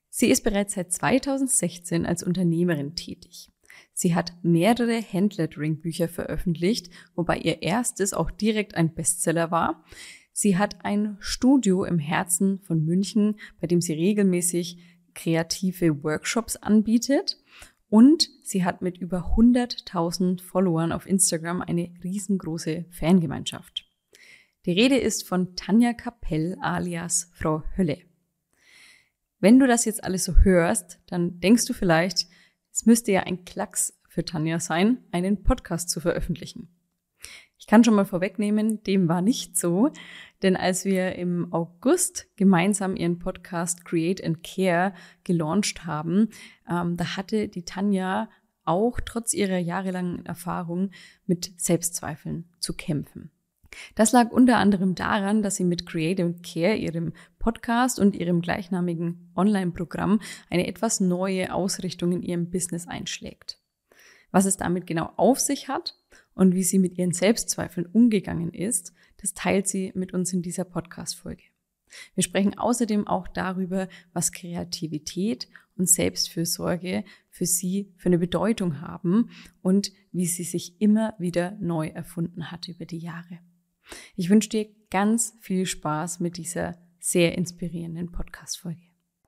Sie ist bereits seit 2016 als Unternehmerin tätig. Sie hat mehrere Handlettering-Bücher veröffentlicht, wobei ihr erstes auch direkt ein Bestseller war. Sie hat ein Studio im Herzen von München, bei dem sie regelmäßig kreative Workshops anbietet. Und sie hat mit über 100.000 Followern auf Instagram eine riesengroße Fangemeinschaft. Die Rede ist von Tanja Kapell alias Frau Hölle. Wenn du das jetzt alles so hörst, dann denkst du vielleicht, es müsste ja ein Klacks für Tanja sein, einen Podcast zu veröffentlichen. Ich kann schon mal vorwegnehmen, dem war nicht so, denn als wir im August gemeinsam ihren Podcast Create and Care gelauncht haben, da hatte die Tanja auch trotz ihrer jahrelangen Erfahrung mit Selbstzweifeln zu kämpfen. Das lag unter anderem daran, dass sie mit Create and Care, ihrem Podcast und ihrem gleichnamigen Online-Programm eine etwas neue Ausrichtung in ihrem Business einschlägt. Was es damit genau auf sich hat und wie sie mit ihren Selbstzweifeln umgegangen ist, das teilt sie mit uns in dieser Podcast-Folge. Wir sprechen außerdem auch darüber, was Kreativität und Selbstfürsorge für sie für eine Bedeutung haben und wie sie sich immer wieder neu erfunden hat über die Jahre. Ich wünsche dir ganz viel Spaß mit dieser sehr inspirierenden Podcast-Folge.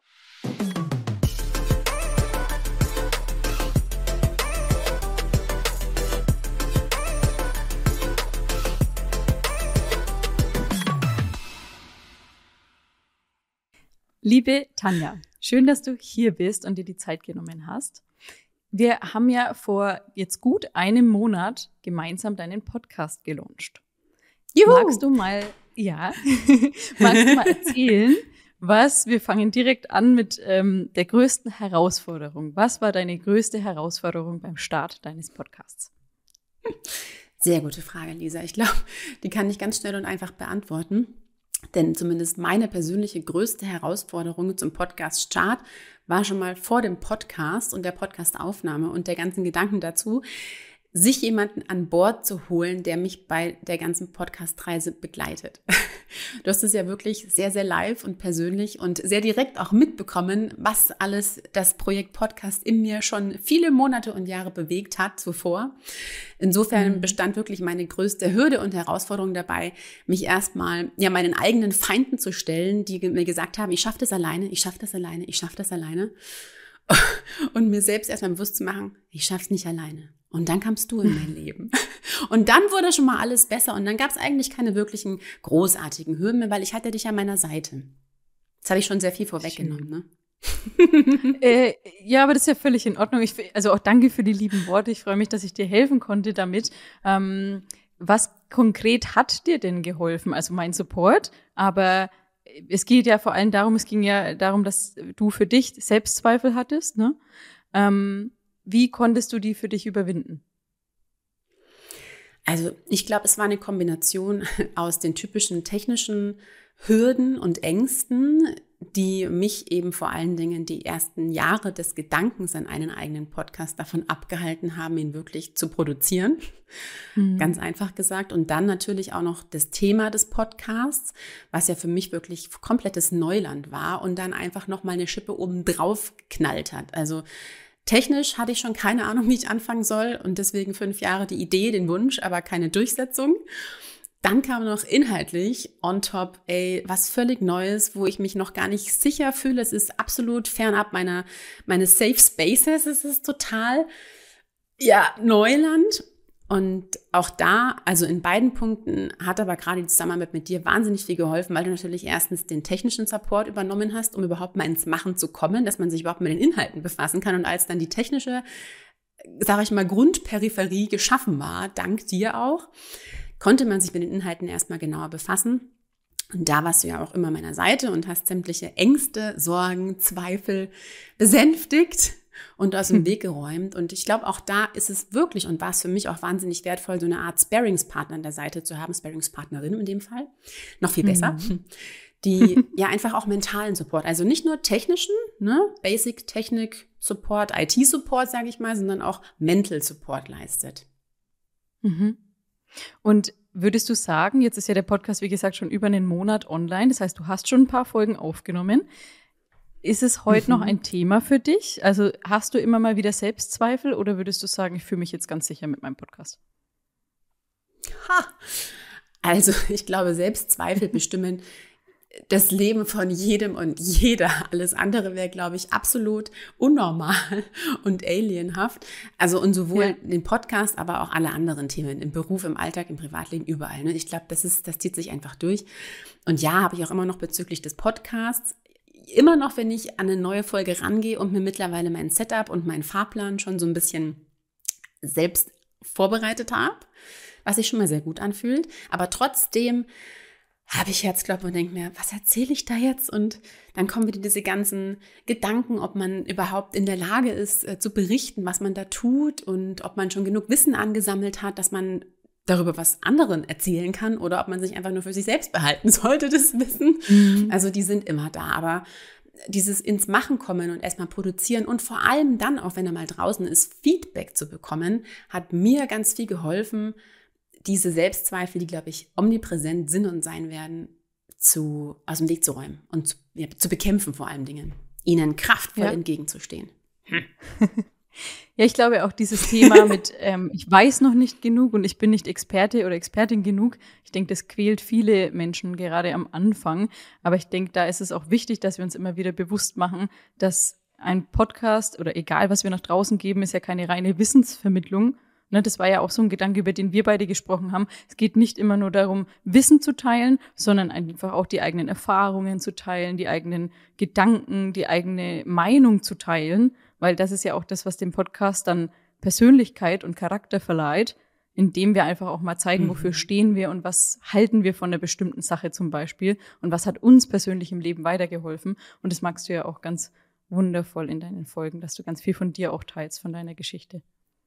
Liebe Tanja, schön, dass du hier bist und dir die Zeit genommen hast. Wir haben ja vor jetzt gut einem Monat gemeinsam deinen Podcast gelauncht. Juhu. Magst du mal erzählen, wir fangen direkt an mit der größten Herausforderung. Was war deine größte Herausforderung beim Start deines Podcasts? Sehr gute Frage, Lisa. Ich glaube, die kann ich ganz schnell und einfach beantworten. Denn zumindest meine persönliche größte Herausforderung zum Podcast-Start war schon mal vor dem Podcast und der Podcast-Aufnahme und der ganzen Gedanken dazu, sich jemanden an Bord zu holen, der mich bei der ganzen Podcast-Reise begleitet. Du hast es ja wirklich sehr, sehr live und persönlich und sehr direkt auch mitbekommen, was alles das Projekt Podcast in mir schon viele Monate und Jahre bewegt hat zuvor. Insofern bestand wirklich meine größte Hürde und Herausforderung dabei, mich erstmal meinen eigenen Feinden zu stellen, die mir gesagt haben, ich schaffe das alleine, ich schaffe das alleine, ich schaffe das alleine. Und mir selbst erstmal bewusst zu machen, ich schaff's nicht alleine. Und dann kamst du in mein Leben. Und dann wurde schon mal alles besser. Und dann gab es eigentlich keine wirklichen großartigen Hürden mehr, weil ich hatte dich an meiner Seite. Jetzt habe ich schon sehr viel vorweggenommen, ne? Ja, aber das ist ja völlig in Ordnung. Also auch danke für die lieben Worte. Ich freue mich, dass ich dir helfen konnte damit. Was konkret hat dir denn geholfen? Also mein Support, aber es ging ja darum, dass du für dich Selbstzweifel hattest, ne? Wie konntest du die für dich überwinden? Also ich glaube, es war eine Kombination aus den typischen technischen Hürden und Ängsten, die mich eben vor allen Dingen die ersten Jahre des Gedankens an einen eigenen Podcast davon abgehalten haben, ihn wirklich zu produzieren. Ganz einfach gesagt. Und dann natürlich auch noch das Thema des Podcasts, was ja für mich wirklich komplettes Neuland war und dann einfach nochmal eine Schippe oben drauf geknallt hat. Also technisch hatte ich schon keine Ahnung, wie ich anfangen soll und deswegen 5 Jahre die Idee, den Wunsch, aber keine Durchsetzung. Dann kam noch inhaltlich on top, was völlig Neues, wo ich mich noch gar nicht sicher fühle. Es ist absolut fernab meine Safe Spaces. Es ist total, Neuland. Und auch da, also in beiden Punkten, hat aber gerade die Zusammenarbeit mit dir wahnsinnig viel geholfen, weil du natürlich erstens den technischen Support übernommen hast, um überhaupt mal ins Machen zu kommen, dass man sich überhaupt mit den Inhalten befassen kann. Und als dann die technische, sage ich mal, Grundperipherie geschaffen war, dank dir auch, konnte man sich mit den Inhalten erstmal genauer befassen. Und da warst du ja auch immer an meiner Seite und hast sämtliche Ängste, Sorgen, Zweifel besänftigt und aus dem Weg geräumt. Und ich glaube, auch da ist es wirklich und war es für mich auch wahnsinnig wertvoll, so eine Art Sparringspartner an der Seite zu haben, Sparringspartnerin in dem Fall, noch viel besser, die ja einfach auch mentalen Support, also nicht nur technischen, Basic Technik Support, IT Support, sage ich mal, sondern auch Mental Support leistet. Und würdest du sagen, jetzt ist ja der Podcast, wie gesagt, schon über einen Monat online, das heißt, du hast schon ein paar Folgen aufgenommen. Ist es heute noch ein Thema für dich? Also hast du immer mal wieder Selbstzweifel oder würdest du sagen, ich fühle mich jetzt ganz sicher mit meinem Podcast? Also ich glaube, Selbstzweifel bestimmen das Leben von jedem und jeder. Alles andere wäre, glaube ich, absolut unnormal und alienhaft. Also und sowohl den Podcast, aber auch alle anderen Themen im Beruf, im Alltag, im Privatleben, überall. Ne? Ich glaube, das zieht sich einfach durch. Und ja, habe ich auch immer noch bezüglich des Podcasts. Immer noch, wenn ich an eine neue Folge rangehe und mir mittlerweile mein Setup und meinen Fahrplan schon so ein bisschen selbst vorbereitet habe, was sich schon mal sehr gut anfühlt. Aber trotzdem habe ich Herzklopfen und denke mir, was erzähle ich da jetzt? Und dann kommen wieder diese ganzen Gedanken, ob man überhaupt in der Lage ist, zu berichten, was man da tut und ob man schon genug Wissen angesammelt hat, dass man darüber was anderen erzählen kann oder ob man sich einfach nur für sich selbst behalten sollte, das Wissen. Also die sind immer da, aber dieses ins Machen kommen und erstmal produzieren und vor allem dann auch, wenn er mal draußen ist, Feedback zu bekommen, hat mir ganz viel geholfen, diese Selbstzweifel, die, glaube ich, omnipräsent sind und sein werden, aus dem Weg zu räumen und zu bekämpfen vor allen Dingen, ihnen kraftvoll entgegenzustehen. Ja, ich glaube auch dieses Thema mit, ich weiß noch nicht genug und ich bin nicht Experte oder Expertin genug. Ich denke, das quält viele Menschen gerade am Anfang. Aber ich denke, da ist es auch wichtig, dass wir uns immer wieder bewusst machen, dass ein Podcast oder egal, was wir nach draußen geben, ist ja keine reine Wissensvermittlung. Ne, das war ja auch so ein Gedanke, über den wir beide gesprochen haben. Es geht nicht immer nur darum, Wissen zu teilen, sondern einfach auch die eigenen Erfahrungen zu teilen, die eigenen Gedanken, die eigene Meinung zu teilen. Weil das ist ja auch das, was dem Podcast dann Persönlichkeit und Charakter verleiht, indem wir einfach auch mal zeigen, wofür stehen wir und was halten wir von einer bestimmten Sache zum Beispiel und was hat uns persönlich im Leben weitergeholfen. Und das magst du ja auch ganz wundervoll in deinen Folgen, dass du ganz viel von dir auch teilst, von deiner Geschichte.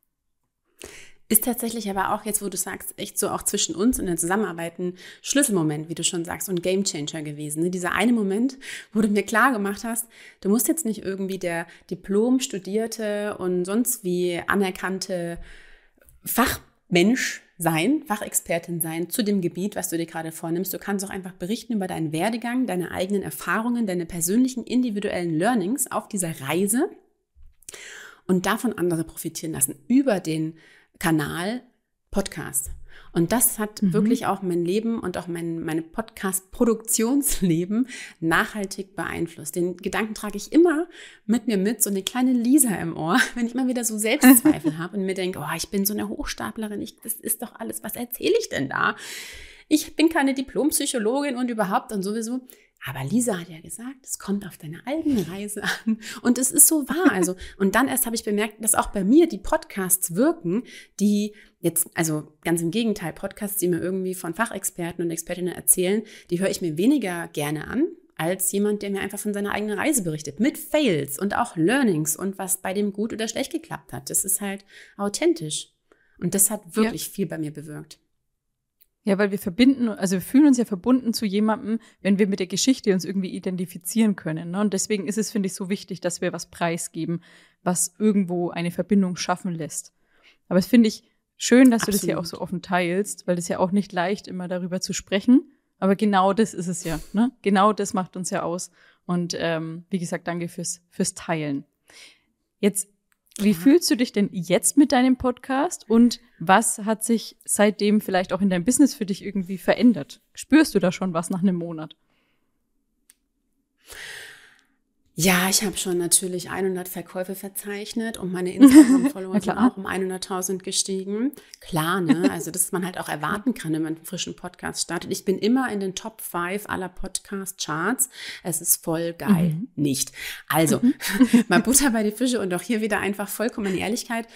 Ist tatsächlich aber auch jetzt, wo du sagst, echt so auch zwischen uns und der Zusammenarbeit ein Schlüsselmoment, wie du schon sagst, und Gamechanger gewesen. Ne? Dieser eine Moment, wo du mir klar gemacht hast, du musst jetzt nicht irgendwie der Diplom-studierte und sonst wie anerkannte Fachmensch sein, Fachexpertin sein zu dem Gebiet, was du dir gerade vornimmst. Du kannst auch einfach berichten über deinen Werdegang, deine eigenen Erfahrungen, deine persönlichen individuellen Learnings auf dieser Reise und davon andere profitieren lassen über den Kanal Podcast. Und das hat wirklich auch mein Leben und auch meine Podcast-Produktionsleben nachhaltig beeinflusst. Den Gedanken trage ich immer mit mir mit, so eine kleine Lisa im Ohr, wenn ich mal wieder so Selbstzweifel habe und mir denke, oh, ich bin so eine Hochstaplerin, das ist doch alles, was erzähle ich denn da? Ich bin keine Diplompsychologin und überhaupt und sowieso. Aber Lisa hat ja gesagt, es kommt auf deine eigene Reise an. Und es ist so wahr. Also, und dann erst habe ich bemerkt, dass auch bei mir die Podcasts wirken, die jetzt, also ganz im Gegenteil, Podcasts, die mir irgendwie von Fachexperten und Expertinnen erzählen, die höre ich mir weniger gerne an, als jemand, der mir einfach von seiner eigenen Reise berichtet. Mit Fails und auch Learnings und was bei dem gut oder schlecht geklappt hat. Das ist halt authentisch. Und das hat wirklich viel bei mir bewirkt. Ja, weil wir fühlen uns ja verbunden zu jemandem, wenn wir mit der Geschichte uns irgendwie identifizieren können. Ne? Und deswegen ist es, finde ich, so wichtig, dass wir was preisgeben, was irgendwo eine Verbindung schaffen lässt. Aber es finde ich schön, dass du das ja auch so offen teilst, weil es ja auch nicht leicht immer darüber zu sprechen. Aber genau das ist es ja. Ne? Genau das macht uns ja aus. Und wie gesagt, danke fürs Teilen. Jetzt, wie fühlst du dich denn jetzt mit deinem Podcast und was hat sich seitdem vielleicht auch in deinem Business für dich irgendwie verändert? Spürst du da schon was nach einem Monat? Ja, ich habe schon natürlich 100 Verkäufe verzeichnet und meine Instagram-Follower sind auch um 100.000 gestiegen. Klar, ne? Also das man halt auch erwarten kann, wenn man einen frischen Podcast startet. Ich bin immer in den Top 5 aller Podcast-Charts. Es ist voll geil. Nicht. Also, mal Butter bei die Fische und auch hier wieder einfach vollkommen Ehrlichkeit.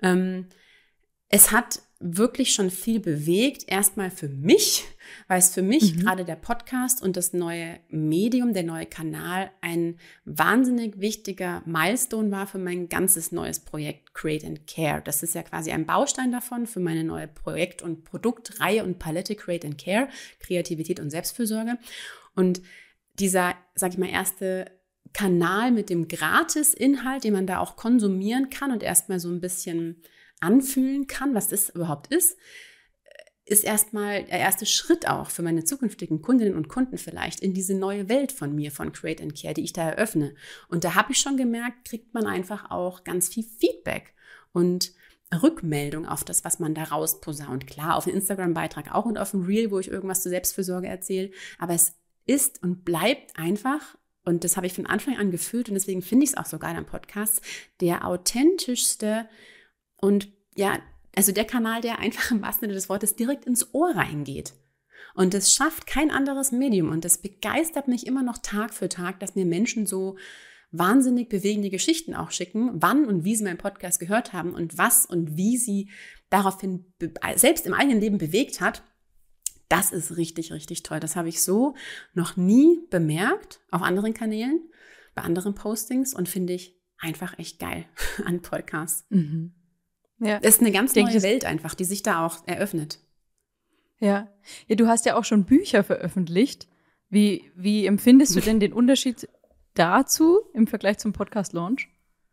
Es hat wirklich schon viel bewegt. Erstmal für mich, weil es für mich gerade der Podcast und das neue Medium, der neue Kanal ein wahnsinnig wichtiger Milestone war für mein ganzes neues Projekt Create and Care. Das ist ja quasi ein Baustein davon für meine neue Projekt- und Produktreihe und Palette Create and Care, Kreativität und Selbstfürsorge. Und dieser, sag ich mal, erste Kanal mit dem Gratis-Inhalt, den man da auch konsumieren kann und erstmal so ein bisschen anfühlen kann, was das überhaupt ist, ist erstmal der erste Schritt auch für meine zukünftigen Kundinnen und Kunden vielleicht in diese neue Welt von mir, von Create & Care, die ich da eröffne. Und da habe ich schon gemerkt, kriegt man einfach auch ganz viel Feedback und Rückmeldung auf das, was man da rausposaunt. Klar, auf den Instagram-Beitrag auch und auf dem Reel, wo ich irgendwas zur Selbstfürsorge erzähle. Aber es ist und bleibt einfach, und das habe ich von Anfang an gefühlt und deswegen finde ich es auch so geil am Podcast, der authentischste und ja, also der Kanal, der einfach im wahrsten Sinne des Wortes direkt ins Ohr reingeht. Und das schafft kein anderes Medium. Und das begeistert mich immer noch Tag für Tag, dass mir Menschen so wahnsinnig bewegende Geschichten auch schicken, wann und wie sie meinen Podcast gehört haben und was und wie sie daraufhin selbst im eigenen Leben bewegt hat. Das ist richtig, richtig toll. Das habe ich so noch nie bemerkt auf anderen Kanälen, bei anderen Postings und finde ich einfach echt geil an Podcasts. Mhm. Ja. Das ist eine ganz neue Welt einfach, die sich da auch eröffnet. Ja, du hast ja auch schon Bücher veröffentlicht. Wie empfindest du denn den Unterschied dazu im Vergleich zum Podcast-Launch?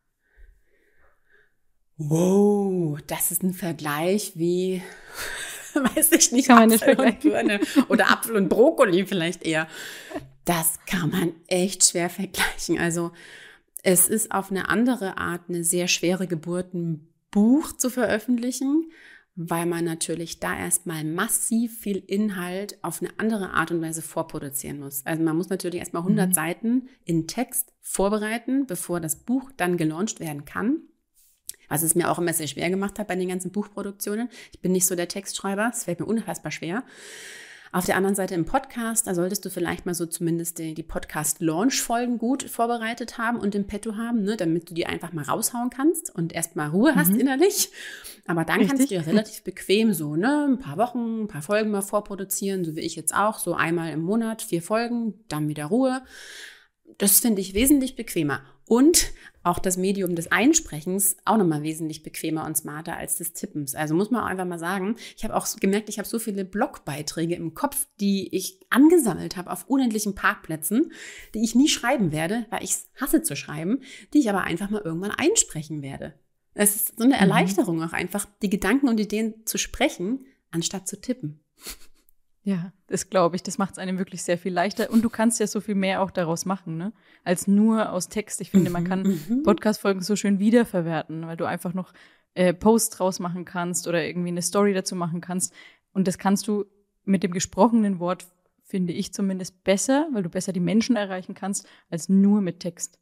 Wow, das ist ein Vergleich wie, weiß ich nicht, kann man nicht Apfel und Birne oder Apfel und Brokkoli vielleicht eher. Das kann man echt schwer vergleichen. Also es ist auf eine andere Art eine sehr schwere Geburt, ein Buch zu veröffentlichen, weil man natürlich da erstmal massiv viel Inhalt auf eine andere Art und Weise vorproduzieren muss. Also man muss natürlich erstmal 100 Seiten in Text vorbereiten, bevor das Buch dann gelauncht werden kann. Was es mir auch immer sehr schwer gemacht hat bei den ganzen Buchproduktionen. Ich bin nicht so der Textschreiber, es fällt mir unfassbar schwer. Auf der anderen Seite im Podcast, da solltest du vielleicht mal so zumindest die Podcast-Launch-Folgen gut vorbereitet haben und im Petto haben, ne, damit du die einfach mal raushauen kannst und erstmal Ruhe hast innerlich. Aber dann kannst du ja relativ bequem so, ne, ein paar Wochen, ein paar Folgen mal vorproduzieren, so wie ich jetzt auch, so einmal im Monat 4 Folgen, dann wieder Ruhe. Das finde ich wesentlich bequemer. Und auch das Medium des Einsprechens auch nochmal wesentlich bequemer und smarter als des Tippens. Also muss man auch einfach mal sagen, ich habe auch gemerkt, ich habe so viele Blogbeiträge im Kopf, die ich angesammelt habe auf unendlichen Parkplätzen, die ich nie schreiben werde, weil ich es hasse zu schreiben, die ich aber einfach mal irgendwann einsprechen werde. Es ist so eine Erleichterung auch einfach, die Gedanken und Ideen zu sprechen, anstatt zu tippen. Ja, das glaube ich. Das macht es einem wirklich sehr viel leichter. Und du kannst ja so viel mehr auch daraus machen, ne? Als nur aus Text. Ich finde, man kann Podcast-Folgen so schön wiederverwerten, weil du einfach noch Posts draus machen kannst oder irgendwie eine Story dazu machen kannst. Und das kannst du mit dem gesprochenen Wort, finde ich zumindest, besser, weil du besser die Menschen erreichen kannst, als nur mit Text.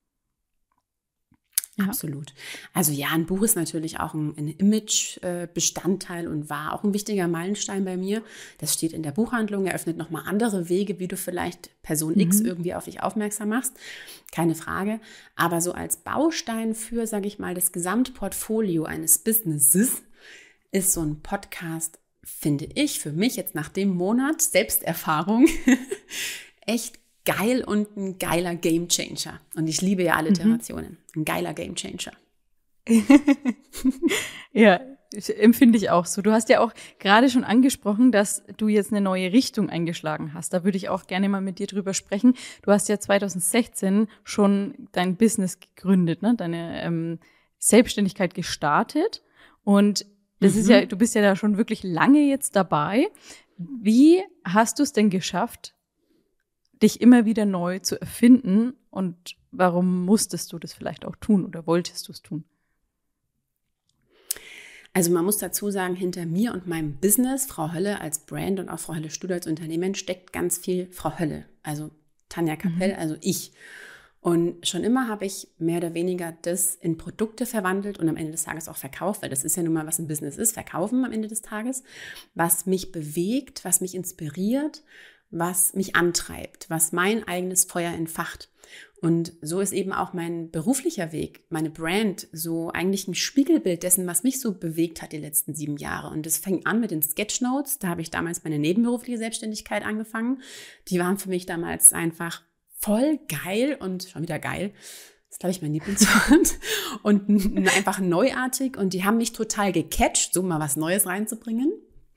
Ja. Absolut. Also ja, ein Buch ist natürlich auch ein Image-Bestandteil und war auch ein wichtiger Meilenstein bei mir. Das steht in der Buchhandlung, eröffnet nochmal andere Wege, wie du vielleicht Person X irgendwie auf dich aufmerksam machst. Keine Frage. Aber so als Baustein für, sage ich mal, das Gesamtportfolio eines Businesses ist so ein Podcast, finde ich, für mich jetzt nach dem Monat Selbsterfahrung echt geil und ein geiler Gamechanger. Und ich liebe ja Alliterationen. Ein geiler Gamechanger. Ja, empfinde ich auch so. Du hast ja auch gerade schon angesprochen, dass du jetzt eine neue Richtung eingeschlagen hast. Da würde ich auch gerne mal mit dir drüber sprechen. Du hast ja 2016 schon dein Business gegründet, ne? Deine Selbstständigkeit gestartet. Und das ist ja, du bist ja da schon wirklich lange jetzt dabei. Wie hast du es denn geschafft, dich immer wieder neu zu erfinden und warum musstest du das vielleicht auch tun oder wolltest du es tun? Also man muss dazu sagen, hinter mir und meinem Business, Frau Hölle als Brand und auch Frau Hölle Studio als Unternehmen, steckt ganz viel Frau Hölle, also Tanja Kapell, also ich. Und schon immer habe ich mehr oder weniger das in Produkte verwandelt und am Ende des Tages auch verkauft, weil das ist ja nun mal, was ein Business ist, verkaufen am Ende des Tages, was mich bewegt, was mich inspiriert, was mich antreibt, was mein eigenes Feuer entfacht. Und so ist eben auch mein beruflicher Weg, meine Brand, so eigentlich ein Spiegelbild dessen, was mich so bewegt hat die letzten 7 Jahre. Und es fängt an mit den Sketchnotes. Da habe ich damals meine nebenberufliche Selbstständigkeit angefangen. Die waren für mich damals einfach voll geil und schon wieder geil. Das ist, glaube ich, mein Lieblingswort. Und einfach neuartig. Und die haben mich total gecatcht, so mal was Neues reinzubringen.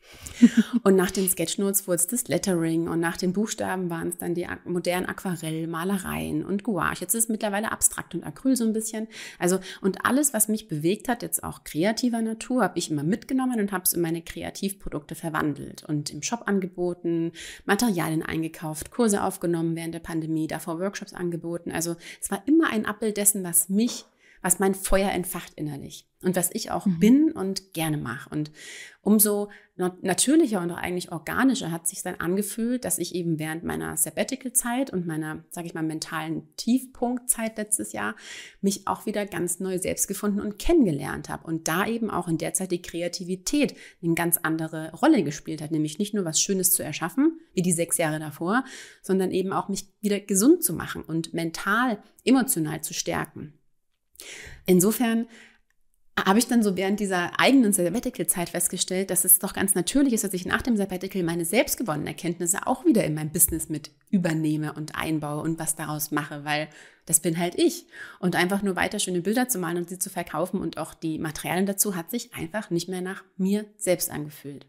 Und nach den Sketchnotes wurde es das Lettering und nach den Buchstaben waren es dann die modernen Aquarellmalereien und Gouache. Jetzt ist es mittlerweile abstrakt und Acryl so ein bisschen. Also, und alles, was mich bewegt hat, jetzt auch kreativer Natur, habe ich immer mitgenommen und habe es in meine Kreativprodukte verwandelt und im Shop angeboten, Materialien eingekauft, Kurse aufgenommen während der Pandemie, davor Workshops angeboten. Also es war immer ein Abbild dessen, was mein Feuer entfacht innerlich und was ich auch bin und gerne mache. Und umso natürlicher und auch eigentlich organischer hat es sich dann angefühlt, dass ich eben während meiner Sabbatical-Zeit und meiner, sage ich mal, mentalen Tiefpunktzeit letztes Jahr mich auch wieder ganz neu selbst gefunden und kennengelernt habe. Und da eben auch in der Zeit die Kreativität eine ganz andere Rolle gespielt hat, nämlich nicht nur was Schönes zu erschaffen, wie die 6 Jahre davor, sondern eben auch mich wieder gesund zu machen und mental, emotional zu stärken. Insofern habe ich dann so während dieser eigenen Sabbatical-Zeit festgestellt, dass es doch ganz natürlich ist, dass ich nach dem Sabbatical meine selbstgewonnenen Erkenntnisse auch wieder in mein Business mit übernehme und einbaue und was daraus mache, weil das bin halt ich. Und einfach nur weiter schöne Bilder zu malen und sie zu verkaufen und auch die Materialien dazu hat sich einfach nicht mehr nach mir selbst angefühlt.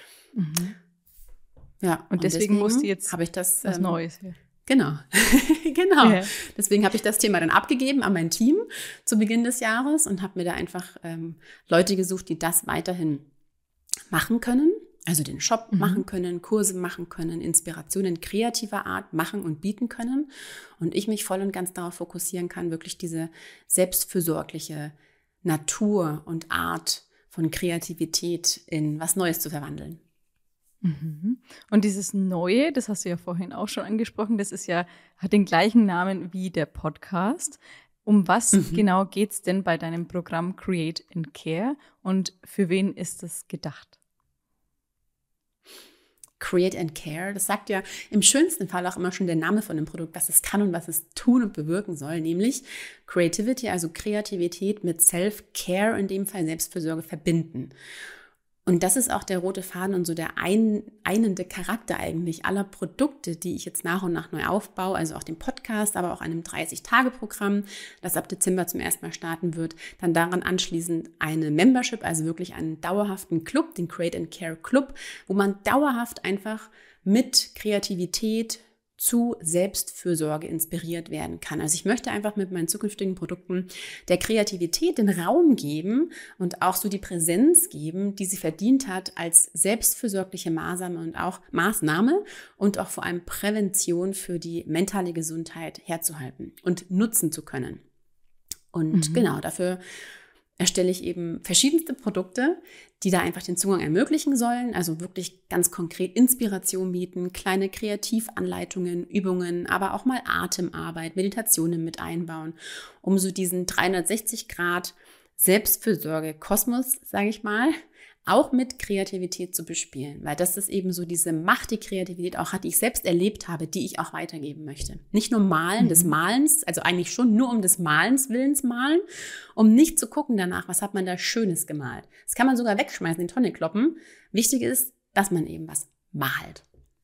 Ja, und deswegen musste jetzt habe ich das was Neues. Ja. Genau, genau. Ja. Deswegen habe ich das Thema dann abgegeben an mein Team zu Beginn des Jahres und habe mir da einfach Leute gesucht, die das weiterhin machen können, also den Shop machen können, Kurse machen können, Inspirationen kreativer Art machen und bieten können und ich mich voll und ganz darauf fokussieren kann, wirklich diese selbstfürsorgliche Natur und Art von Kreativität in was Neues zu verwandeln. Und dieses Neue, das hast du ja vorhin auch schon angesprochen, hat den gleichen Namen wie der Podcast. Um was genau geht es denn bei deinem Programm Create and Care und für wen ist das gedacht? Create and Care, das sagt ja im schönsten Fall auch immer schon der Name von dem Produkt, was es kann und was es tun und bewirken soll, nämlich Creativity, also Kreativität mit Self-Care, in dem Fall Selbstfürsorge, verbinden. Und das ist auch der rote Faden und so der einende Charakter eigentlich aller Produkte, die ich jetzt nach und nach neu aufbaue, also auch dem Podcast, aber auch einem 30-Tage-Programm, das ab Dezember zum ersten Mal starten wird. Dann daran anschließend eine Membership, also wirklich einen dauerhaften Club, den Create and Care Club, wo man dauerhaft einfach mit Kreativität zu Selbstfürsorge inspiriert werden kann. Also ich möchte einfach mit meinen zukünftigen Produkten der Kreativität den Raum geben und auch so die Präsenz geben, die sie verdient hat als selbstfürsorgliche Maßnahme und auch vor allem Prävention für die mentale Gesundheit herzuhalten und nutzen zu können. Und genau, dafür erstelle ich eben verschiedenste Produkte, die da einfach den Zugang ermöglichen sollen, also wirklich ganz konkret Inspiration bieten, kleine Kreativanleitungen, Übungen, aber auch mal Atemarbeit, Meditationen mit einbauen, um so diesen 360° Selbstfürsorge-Kosmos, sage ich mal, auch mit Kreativität zu bespielen, weil das ist eben so diese Macht, die Kreativität auch hat, die ich selbst erlebt habe, die ich auch weitergeben möchte. Nicht nur malen, des Malens, also eigentlich schon nur um des Malens Willens malen, um nicht zu gucken danach, was hat man da Schönes gemalt. Das kann man sogar wegschmeißen, in die Tonne kloppen. Wichtig ist, dass man eben was malt.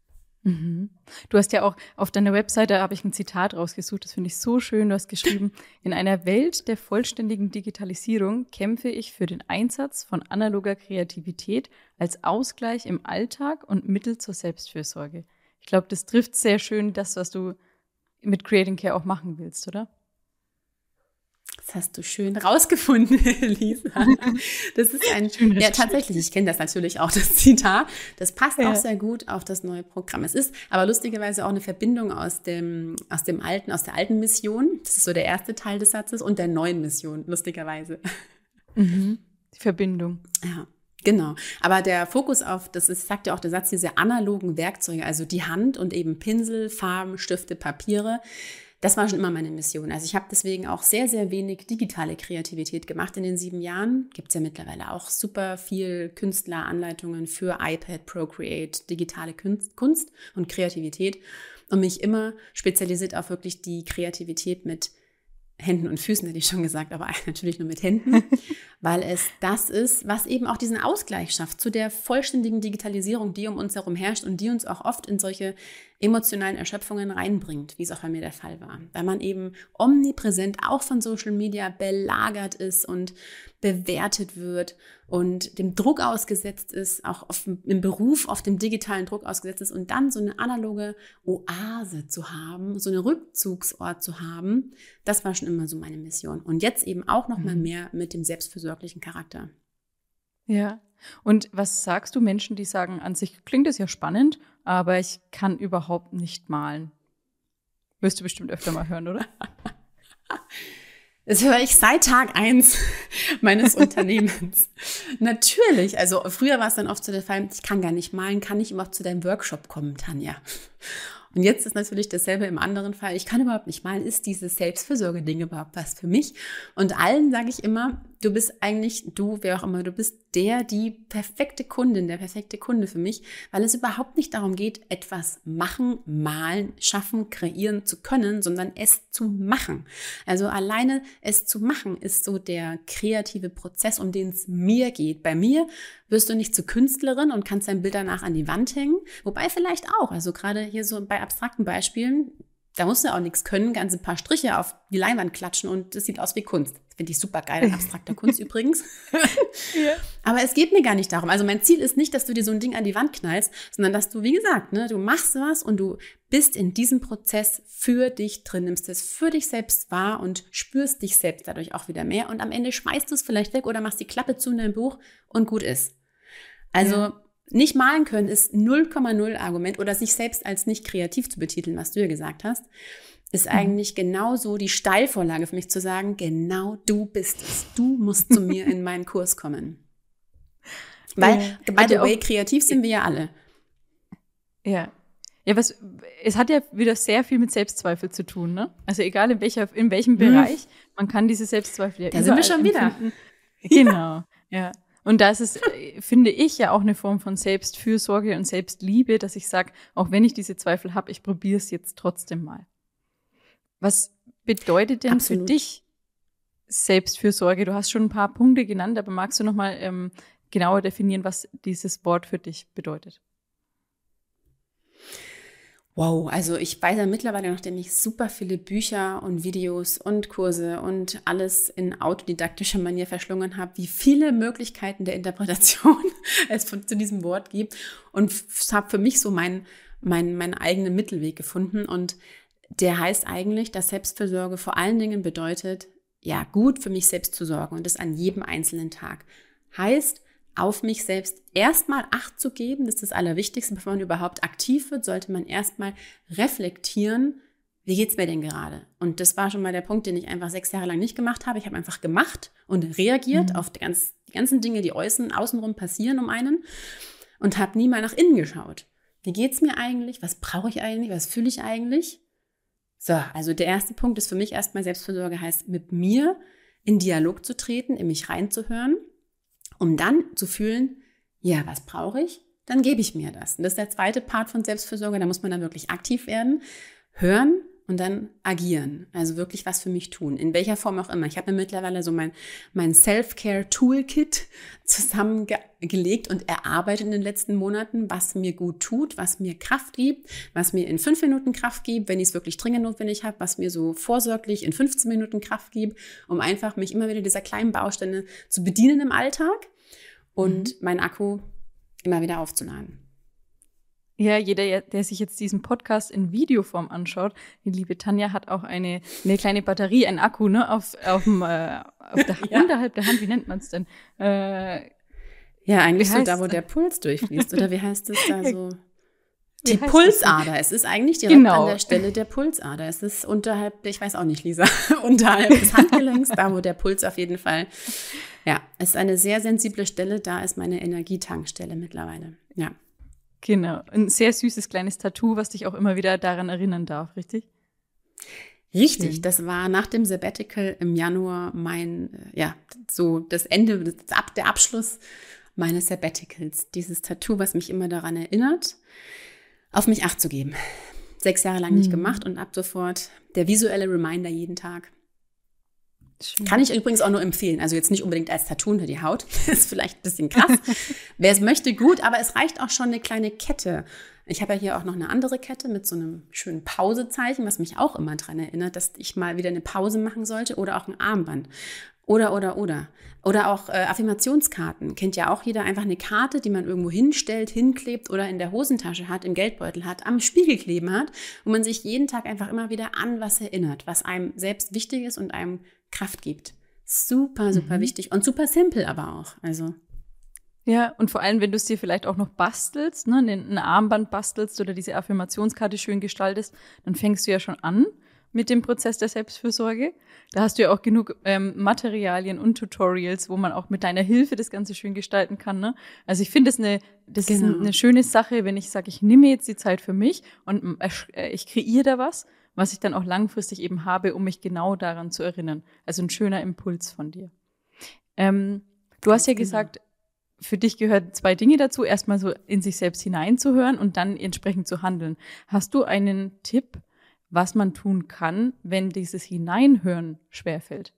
Du hast ja auch auf deiner Webseite, da habe ich ein Zitat rausgesucht, das finde ich so schön, du hast geschrieben, in einer Welt der vollständigen Digitalisierung kämpfe ich für den Einsatz von analoger Kreativität als Ausgleich im Alltag und Mittel zur Selbstfürsorge. Ich glaube, das trifft sehr schön das, was du mit Create and Care auch machen willst, oder? Das hast du schön rausgefunden, Lisa. Das ist ja tatsächlich, ich kenne das natürlich auch, das Zitat. Das passt auch sehr gut auf das neue Programm. Es ist aber lustigerweise auch eine Verbindung aus der alten Mission. Das ist so der erste Teil des Satzes und der neuen Mission, lustigerweise. Die Verbindung. Ja. Genau, aber der Fokus auf, sagt ja auch der Satz, diese analogen Werkzeuge, also die Hand und eben Pinsel, Farben, Stifte, Papiere, das war schon immer meine Mission. Also ich habe deswegen auch sehr, sehr wenig digitale Kreativität gemacht in den 7 Jahren. Gibt es ja mittlerweile auch super viel Künstleranleitungen für iPad, Procreate, digitale Kunst und Kreativität und mich immer spezialisiert auf wirklich die Kreativität mit Händen und Füßen, hätte ich schon gesagt, aber natürlich nur mit Händen. weil es das ist, was eben auch diesen Ausgleich schafft zu der vollständigen Digitalisierung, die um uns herum herrscht und die uns auch oft in solche emotionalen Erschöpfungen reinbringt, wie es auch bei mir der Fall war. Weil man eben omnipräsent auch von Social Media belagert ist und bewertet wird und dem Druck ausgesetzt ist, auch im Beruf auf dem digitalen Druck ausgesetzt ist und dann so eine analoge Oase zu haben, so einen Rückzugsort zu haben, das war schon immer so meine Mission. Und jetzt eben auch noch mal mehr mit dem selbstfürsorglichen Charakter. Ja. Und was sagst du Menschen, die sagen, an sich klingt es ja spannend, aber ich kann überhaupt nicht malen? Wirst du bestimmt öfter mal hören, oder? Das höre ich seit Tag 1 meines Unternehmens. Natürlich, also früher war es dann oft so der Fall, ich kann gar nicht malen, kann ich überhaupt zu deinem Workshop kommen, Tanja? Und jetzt ist natürlich dasselbe im anderen Fall. Ich kann überhaupt nicht malen. Ist dieses Selbstfürsorge-Ding überhaupt was für mich? Und allen sage ich immer, du bist eigentlich, wer auch immer, du bist die perfekte Kundin, der perfekte Kunde für mich, weil es überhaupt nicht darum geht, etwas machen, malen, schaffen, kreieren zu können, sondern es zu machen. Also alleine es zu machen ist so der kreative Prozess, um den es mir geht. Bei mir wirst du nicht zur Künstlerin und kannst dein Bild danach an die Wand hängen, wobei vielleicht auch, also gerade hier so bei abstrakten Beispielen, da musst du auch nichts können, ganz ein paar Striche auf die Leinwand klatschen und das sieht aus wie Kunst. Das finde ich super geil, an abstrakter Kunst übrigens. Ja. Aber es geht mir gar nicht darum. Also mein Ziel ist nicht, dass du dir so ein Ding an die Wand knallst, sondern dass du, wie gesagt, du machst was und du bist in diesem Prozess für dich drin, nimmst es für dich selbst wahr und spürst dich selbst dadurch auch wieder mehr. Und am Ende schmeißt du es vielleicht weg oder machst die Klappe zu in dein Buch und gut ist. Also nicht malen können ist 0,0 Argument oder sich selbst als nicht kreativ zu betiteln, was du ja gesagt hast, ist eigentlich genauso die Steilvorlage für mich zu sagen, genau du bist es. Du musst zu mir in meinen Kurs kommen. Weil, by the way, kreativ sind wir ja alle. Ja. Ja, es hat ja wieder sehr viel mit Selbstzweifel zu tun, ne? Also egal in welchem Bereich, man kann diese Selbstzweifel ja da sind wir schon empfinden. Wieder. Genau, ja. Und das ist, finde ich, ja auch eine Form von Selbstfürsorge und Selbstliebe, dass ich sage, auch wenn ich diese Zweifel habe, ich probiere es jetzt trotzdem mal. Was bedeutet denn für dich Selbstfürsorge? Du hast schon ein paar Punkte genannt, aber magst du noch mal genauer definieren, was dieses Wort für dich bedeutet? Wow, also ich weiß ja mittlerweile, nachdem ich super viele Bücher und Videos und Kurse und alles in autodidaktischer Manier verschlungen habe, wie viele Möglichkeiten der Interpretation es zu diesem Wort gibt und habe für mich so meinen eigenen Mittelweg gefunden und der heißt eigentlich, dass Selbstfürsorge vor allen Dingen bedeutet, ja, gut für mich selbst zu sorgen und das an jedem einzelnen Tag. Heißt, auf mich selbst erstmal Acht zu geben, das ist das Allerwichtigste. Bevor man überhaupt aktiv wird, sollte man erstmal reflektieren, wie geht's mir denn gerade? Und das war schon mal der Punkt, den ich einfach 6 Jahre lang nicht gemacht habe. Ich habe einfach gemacht und reagiert auf die ganzen Dinge, die außenrum passieren um einen und habe nie mal nach innen geschaut. Wie geht's mir eigentlich? Was brauche ich eigentlich? Was fühle ich eigentlich? So, also der erste Punkt ist für mich erstmal Selbstfürsorge heißt, mit mir in Dialog zu treten, in mich reinzuhören, um dann zu fühlen, ja, was brauche ich? Dann gebe ich mir das. Und das ist der zweite Part von Selbstfürsorge, da muss man dann wirklich aktiv werden, hören und dann agieren. Also wirklich was für mich tun, in welcher Form auch immer. Ich habe mir mittlerweile so mein Self-Care-Toolkit zusammengelegt und erarbeitet in den letzten Monaten, was mir gut tut, was mir Kraft gibt, was mir in 5 Minuten Kraft gibt, wenn ich es wirklich dringend notwendig habe, was mir so vorsorglich in 15 Minuten Kraft gibt, um einfach mich immer wieder dieser kleinen Bausteine zu bedienen im Alltag und meinen Akku immer wieder aufzuladen. Ja, jeder, der sich jetzt diesen Podcast in Videoform anschaut, die liebe Tanja hat auch eine kleine Batterie, ein Akku, ne, unterhalb der Hand, wie nennt man es denn? Ja, eigentlich so da, wo der Puls durchfließt, oder wie heißt es da so? Die Pulsader. Es ist eigentlich direkt an der Stelle der Pulsader. Es ist unterhalb, ich weiß auch nicht, Lisa, unterhalb des Handgelenks, da wo der Puls auf jeden Fall, ja, es ist eine sehr sensible Stelle, da ist meine Energietankstelle mittlerweile, ja. Genau, ein sehr süßes kleines Tattoo, was dich auch immer wieder daran erinnern darf, richtig? Richtig, schön. Das war nach dem Sabbatical im Januar der Abschluss meines Sabbaticals. Dieses Tattoo, was mich immer daran erinnert, auf mich Acht zu geben. 6 Jahre lang nicht gemacht und ab sofort der visuelle Reminder jeden Tag. Schön. Kann ich übrigens auch nur empfehlen. Also jetzt nicht unbedingt als Tattoo unter die Haut. Das ist vielleicht ein bisschen krass. Wer es möchte, gut. Aber es reicht auch schon eine kleine Kette. Ich habe ja hier auch noch eine andere Kette mit so einem schönen Pausezeichen, was mich auch immer daran erinnert, dass ich mal wieder eine Pause machen sollte. Oder auch ein Armband. Oder. Oder auch Affirmationskarten. Kennt ja auch jeder. Einfach eine Karte, die man irgendwo hinstellt, hinklebt oder in der Hosentasche hat, im Geldbeutel hat, am Spiegel kleben hat, wo man sich jeden Tag einfach immer wieder an was erinnert, was einem selbst wichtig ist und einem Kraft gibt. Super, super wichtig und super simpel aber auch. Also. Ja, und vor allem, wenn du es dir vielleicht auch noch bastelst, ne, ein Armband bastelst oder diese Affirmationskarte schön gestaltest, dann fängst du ja schon an mit dem Prozess der Selbstfürsorge. Da hast du ja auch genug Materialien und Tutorials, wo man auch mit deiner Hilfe das Ganze schön gestalten kann. Ne? Also ich finde, das ist eine schöne Sache, wenn ich sage, ich nehme jetzt die Zeit für mich und ich kreiere da was ich dann auch langfristig eben habe, um mich genau daran zu erinnern. Also ein schöner Impuls von dir. Du hast ja gesagt, für dich gehören 2 Dinge dazu. Erstmal so in sich selbst hineinzuhören und dann entsprechend zu handeln. Hast du einen Tipp, was man tun kann, wenn dieses Hineinhören schwerfällt?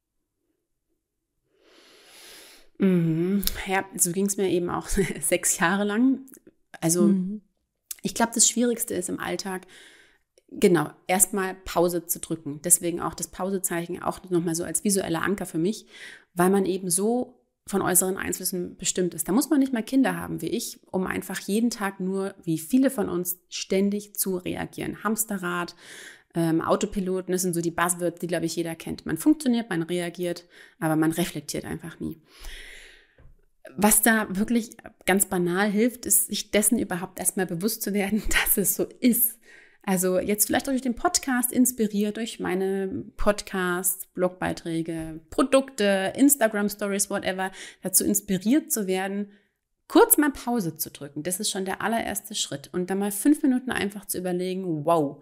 Ja, so ging es mir eben auch 6 Jahre lang. Also ich glaube, das Schwierigste ist im Alltag, genau, erstmal Pause zu drücken. Deswegen auch das Pausezeichen auch nochmal so als visueller Anker für mich, weil man eben so von äußeren Einflüssen bestimmt ist. Da muss man nicht mal Kinder haben wie ich, um einfach jeden Tag nur, wie viele von uns, ständig zu reagieren. Hamsterrad, Autopiloten, das sind so die Buzzwords, die, glaube ich, jeder kennt. Man funktioniert, man reagiert, aber man reflektiert einfach nie. Was da wirklich ganz banal hilft, ist, sich dessen überhaupt erstmal bewusst zu werden, dass es so ist. Also jetzt vielleicht auch durch den Podcast inspiriert, durch meine Podcasts, Blogbeiträge, Produkte, Instagram-Stories, whatever, dazu inspiriert zu werden, kurz mal Pause zu drücken. Das ist schon der allererste Schritt. Und dann mal 5 Minuten einfach zu überlegen, wow,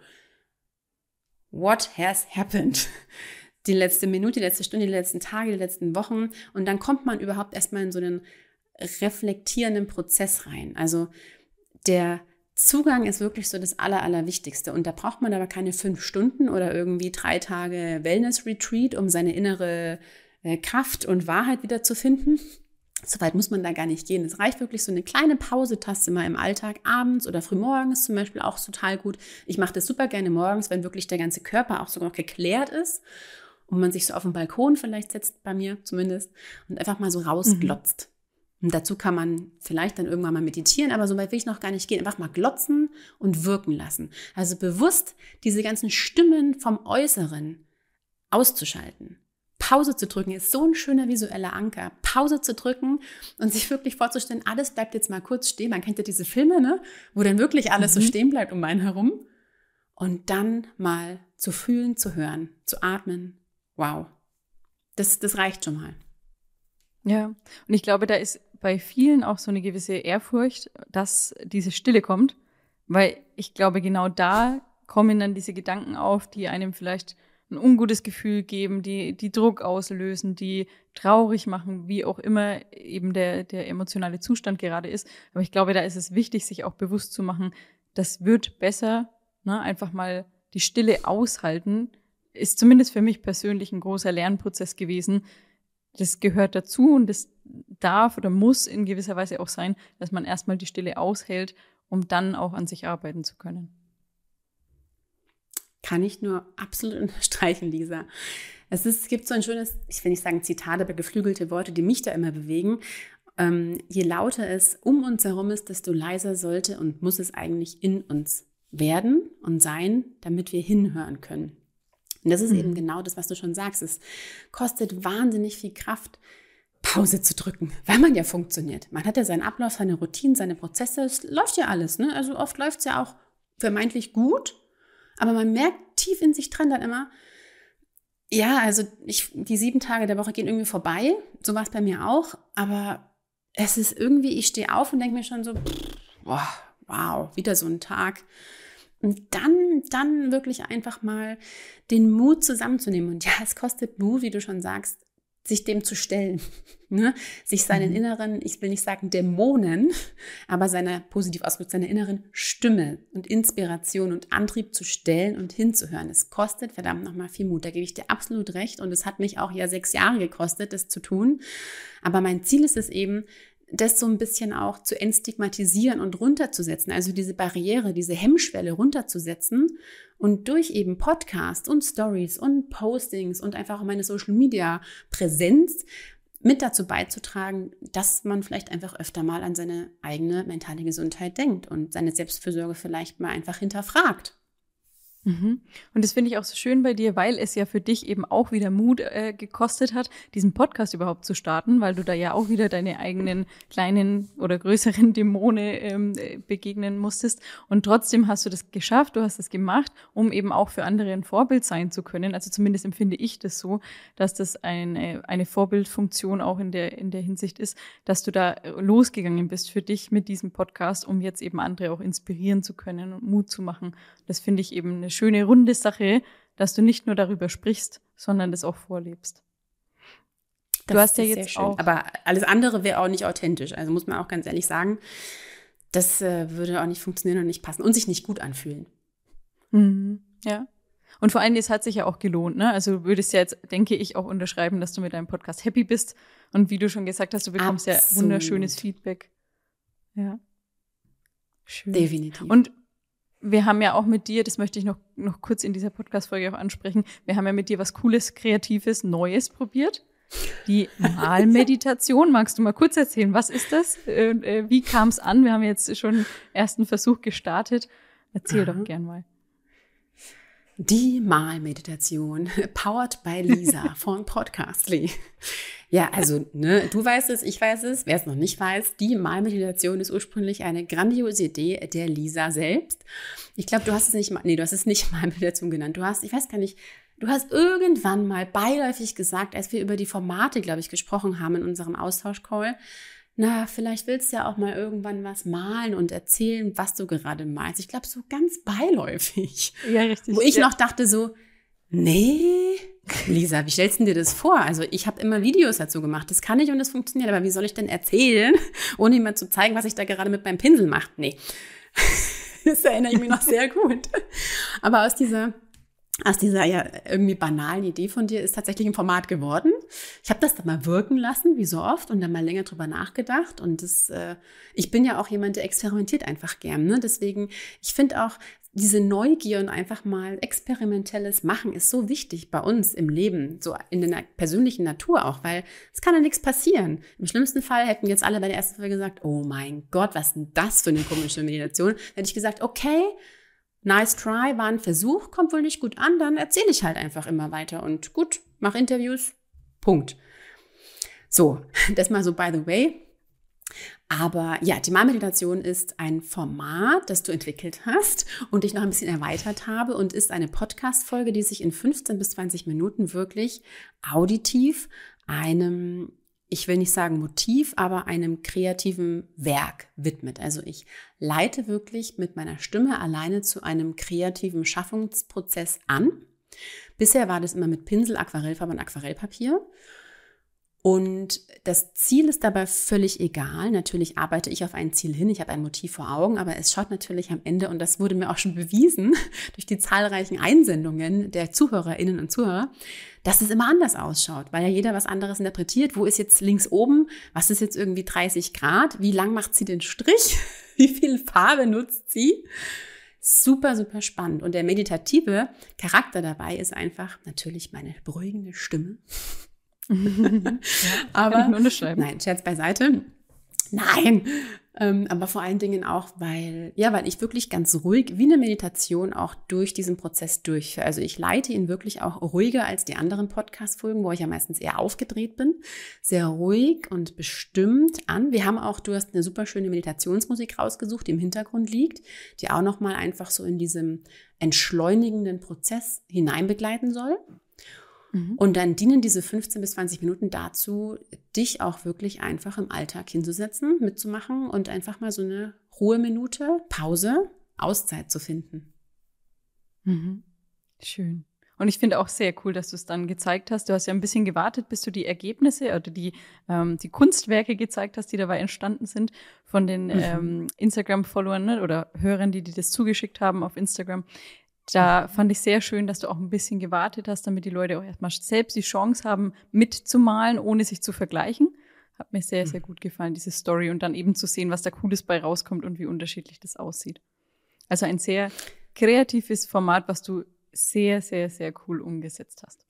what has happened? Die letzte Minute, die letzte Stunde, die letzten Tage, die letzten Wochen. Und dann kommt man überhaupt erstmal in so einen reflektierenden Prozess rein. Also der Zugang ist wirklich so das Allerwichtigste. Und da braucht man aber keine 5 Stunden oder irgendwie 3 Tage Wellness-Retreat, um seine innere Kraft und Wahrheit wieder zu finden. So weit muss man da gar nicht gehen. Es reicht wirklich so eine kleine Pausetaste mal im Alltag, abends oder frühmorgens zum Beispiel auch total gut. Ich mache das super gerne morgens, wenn wirklich der ganze Körper auch sogar noch geklärt ist und man sich so auf den Balkon vielleicht setzt, bei mir zumindest, und einfach mal so rausglotzt. Und dazu kann man vielleicht dann irgendwann mal meditieren, aber so weit will ich noch gar nicht gehen. Einfach mal glotzen und wirken lassen. Also bewusst diese ganzen Stimmen vom Äußeren auszuschalten. Pause zu drücken ist so ein schöner visueller Anker. Pause zu drücken und sich wirklich vorzustellen, alles bleibt jetzt mal kurz stehen. Man kennt ja diese Filme, ne, wo dann wirklich alles so stehen bleibt um einen herum. Und dann mal zu fühlen, zu hören, zu atmen. Wow, das reicht schon mal. Ja, und ich glaube, da ist bei vielen auch so eine gewisse Ehrfurcht, dass diese Stille kommt, weil ich glaube, genau da kommen dann diese Gedanken auf, die einem vielleicht ein ungutes Gefühl geben, die Druck auslösen, die traurig machen, wie auch immer eben der emotionale Zustand gerade ist. Aber ich glaube, da ist es wichtig, sich auch bewusst zu machen, das wird besser, ne? Einfach mal die Stille aushalten, ist zumindest für mich persönlich ein großer Lernprozess gewesen. Das gehört dazu und das darf oder muss in gewisser Weise auch sein, dass man erstmal die Stille aushält, um dann auch an sich arbeiten zu können. Kann ich nur absolut unterstreichen, Lisa. Es gibt so ein schönes, ich will nicht sagen Zitat, aber geflügelte Worte, die mich da immer bewegen. Je lauter es um uns herum ist, desto leiser sollte und muss es eigentlich in uns werden und sein, damit wir hinhören können. Und das ist eben genau das, was du schon sagst. Es kostet wahnsinnig viel Kraft, Pause zu drücken, weil man ja funktioniert. Man hat ja seinen Ablauf, seine Routinen, seine Prozesse. Es läuft ja alles, ne? Also oft läuft es ja auch vermeintlich gut, aber man merkt tief in sich drin dann immer, ja, also die 7 Tage der Woche gehen irgendwie vorbei. So war es bei mir auch. Aber es ist irgendwie, ich stehe auf und denke mir schon so, boah, wow, wieder so ein Tag. Und dann wirklich einfach mal den Mut zusammenzunehmen. Und ja, es kostet Mut, wie du schon sagst, sich dem zu stellen, ne? Sich seinen inneren, ich will nicht sagen Dämonen, aber positiv ausgedrückt, seiner inneren Stimme und Inspiration und Antrieb zu stellen und hinzuhören. Es kostet verdammt nochmal viel Mut, da gebe ich dir absolut recht und es hat mich auch ja 6 Jahre gekostet, das zu tun, aber mein Ziel ist es eben, das so ein bisschen auch zu entstigmatisieren und runterzusetzen, also diese Barriere, diese Hemmschwelle runterzusetzen und durch eben Podcasts und Stories und Postings und einfach auch meine Social-Media-Präsenz mit dazu beizutragen, dass man vielleicht einfach öfter mal an seine eigene mentale Gesundheit denkt und seine Selbstfürsorge vielleicht mal einfach hinterfragt. Und das finde ich auch so schön bei dir, weil es ja für dich eben auch wieder Mut gekostet hat, diesen Podcast überhaupt zu starten, weil du da ja auch wieder deine eigenen kleinen oder größeren Dämonen begegnen musstest. Und trotzdem hast du das geschafft, du hast es gemacht, um eben auch für andere ein Vorbild sein zu können. Also zumindest empfinde ich das so, dass das eine Vorbildfunktion auch in der Hinsicht ist, dass du da losgegangen bist für dich mit diesem Podcast, um jetzt eben andere auch inspirieren zu können und Mut zu machen. Das finde ich eben eine schöne, runde Sache, dass du nicht nur darüber sprichst, sondern das auch vorlebst. Du hast ja jetzt auch. Aber alles andere wäre auch nicht authentisch. Also muss man auch ganz ehrlich sagen, das würde auch nicht funktionieren und nicht passen und sich nicht gut anfühlen. Ja. Und vor allem, es hat sich ja auch gelohnt, ne? Also du würdest ja jetzt, denke ich, auch unterschreiben, dass du mit deinem Podcast happy bist. Und wie du schon gesagt hast, du bekommst ja wunderschönes Feedback. Ja. Schön. Definitiv. Und wir haben ja auch mit dir, das möchte ich noch kurz in dieser Podcast-Folge auch ansprechen, wir haben ja mit dir was Cooles, Kreatives, Neues probiert. Die Malmeditation. Magst du mal kurz erzählen, was ist das? Wie kam es an? Wir haben jetzt schon einen ersten Versuch gestartet. Erzähl doch gern mal. Die Malmeditation, powered by Lisa von Podcastly. Ja, also, ne, du weißt es, ich weiß es. Wer es noch nicht weiß, die Malmeditation ist ursprünglich eine grandiose Idee der Lisa selbst. Ich glaube, du hast es nicht Malmeditation genannt. Du hast irgendwann mal beiläufig gesagt, als wir über die Formate, glaube ich, gesprochen haben in unserem Austauschcall, na, vielleicht willst du ja auch mal irgendwann was malen und erzählen, was du gerade malst. Ich glaube, so ganz beiläufig. Ja, richtig. Wo ich noch dachte so, nee, Lisa, wie stellst du dir das vor? Also ich habe immer Videos dazu gemacht, das kann ich und das funktioniert, aber wie soll ich denn erzählen, ohne jemand zu zeigen, was ich da gerade mit meinem Pinsel mache? Nee, das erinnere ich mich noch sehr gut. Aber aus dieser ja irgendwie banalen Idee von dir ist tatsächlich ein Format geworden. Ich habe das dann mal wirken lassen, wie so oft, und dann mal länger drüber nachgedacht. Und ich bin ja auch jemand, der experimentiert einfach gern. Ne? Deswegen, ich finde auch, diese Neugier und einfach mal experimentelles Machen ist so wichtig bei uns im Leben, so in der persönlichen Natur auch, weil es kann ja nichts passieren. Im schlimmsten Fall hätten jetzt alle bei der ersten Folge gesagt, oh mein Gott, was ist denn das für eine komische Meditation? Dann hätte ich gesagt, okay, nice try, war ein Versuch, kommt wohl nicht gut an, dann erzähle ich halt einfach immer weiter und gut, mach Interviews, Punkt. So, das mal so by the way. Aber ja, die Malmeditation ist ein Format, das du entwickelt hast und ich noch ein bisschen erweitert habe und ist eine Podcast-Folge, die sich in 15 bis 20 Minuten wirklich auditiv einem, ich will nicht sagen Motiv, aber einem kreativen Werk widmet. Also ich leite wirklich mit meiner Stimme alleine zu einem kreativen Schaffungsprozess an. Bisher war das immer mit Pinsel, Aquarellfarbe und Aquarellpapier. Und das Ziel ist dabei völlig egal. Natürlich arbeite ich auf ein Ziel hin, ich habe ein Motiv vor Augen, aber es schaut natürlich am Ende, und das wurde mir auch schon bewiesen durch die zahlreichen Einsendungen der ZuhörerInnen und Zuhörer, dass es immer anders ausschaut, weil ja jeder was anderes interpretiert. Wo ist jetzt links oben? Was ist jetzt irgendwie 30 Grad? Wie lang macht sie den Strich? Wie viel Farbe nutzt sie? Super, super spannend. Und der meditative Charakter dabei ist einfach natürlich meine beruhigende Stimme. Ja, aber nur nein, Scherz beiseite. Nein, aber vor allen Dingen auch, weil ich wirklich ganz ruhig, wie eine Meditation, auch durch diesen Prozess durchführe. Also ich leite ihn wirklich auch ruhiger als die anderen Podcast-Folgen, wo ich ja meistens eher aufgedreht bin. Sehr ruhig und bestimmt an. Wir haben auch, du hast eine super schöne Meditationsmusik rausgesucht, die im Hintergrund liegt, die auch nochmal einfach so in diesem entschleunigenden Prozess hineinbegleiten soll. Und dann dienen diese 15 bis 20 Minuten dazu, dich auch wirklich einfach im Alltag hinzusetzen, mitzumachen und einfach mal so eine Ruheminute, Pause, Auszeit zu finden. Schön. Und ich finde auch sehr cool, dass du es dann gezeigt hast. Du hast ja ein bisschen gewartet, bis du die Ergebnisse oder die Kunstwerke gezeigt hast, die dabei entstanden sind von den Instagram-Followern, ne, oder Hörern, die dir das zugeschickt haben auf Instagram. Da fand ich sehr schön, dass du auch ein bisschen gewartet hast, damit die Leute auch erstmal selbst die Chance haben, mitzumalen, ohne sich zu vergleichen. Hat mir sehr, sehr gut gefallen, diese Story. Und dann eben zu sehen, was da Cooles bei rauskommt und wie unterschiedlich das aussieht. Also ein sehr kreatives Format, was du sehr, sehr, sehr cool umgesetzt hast.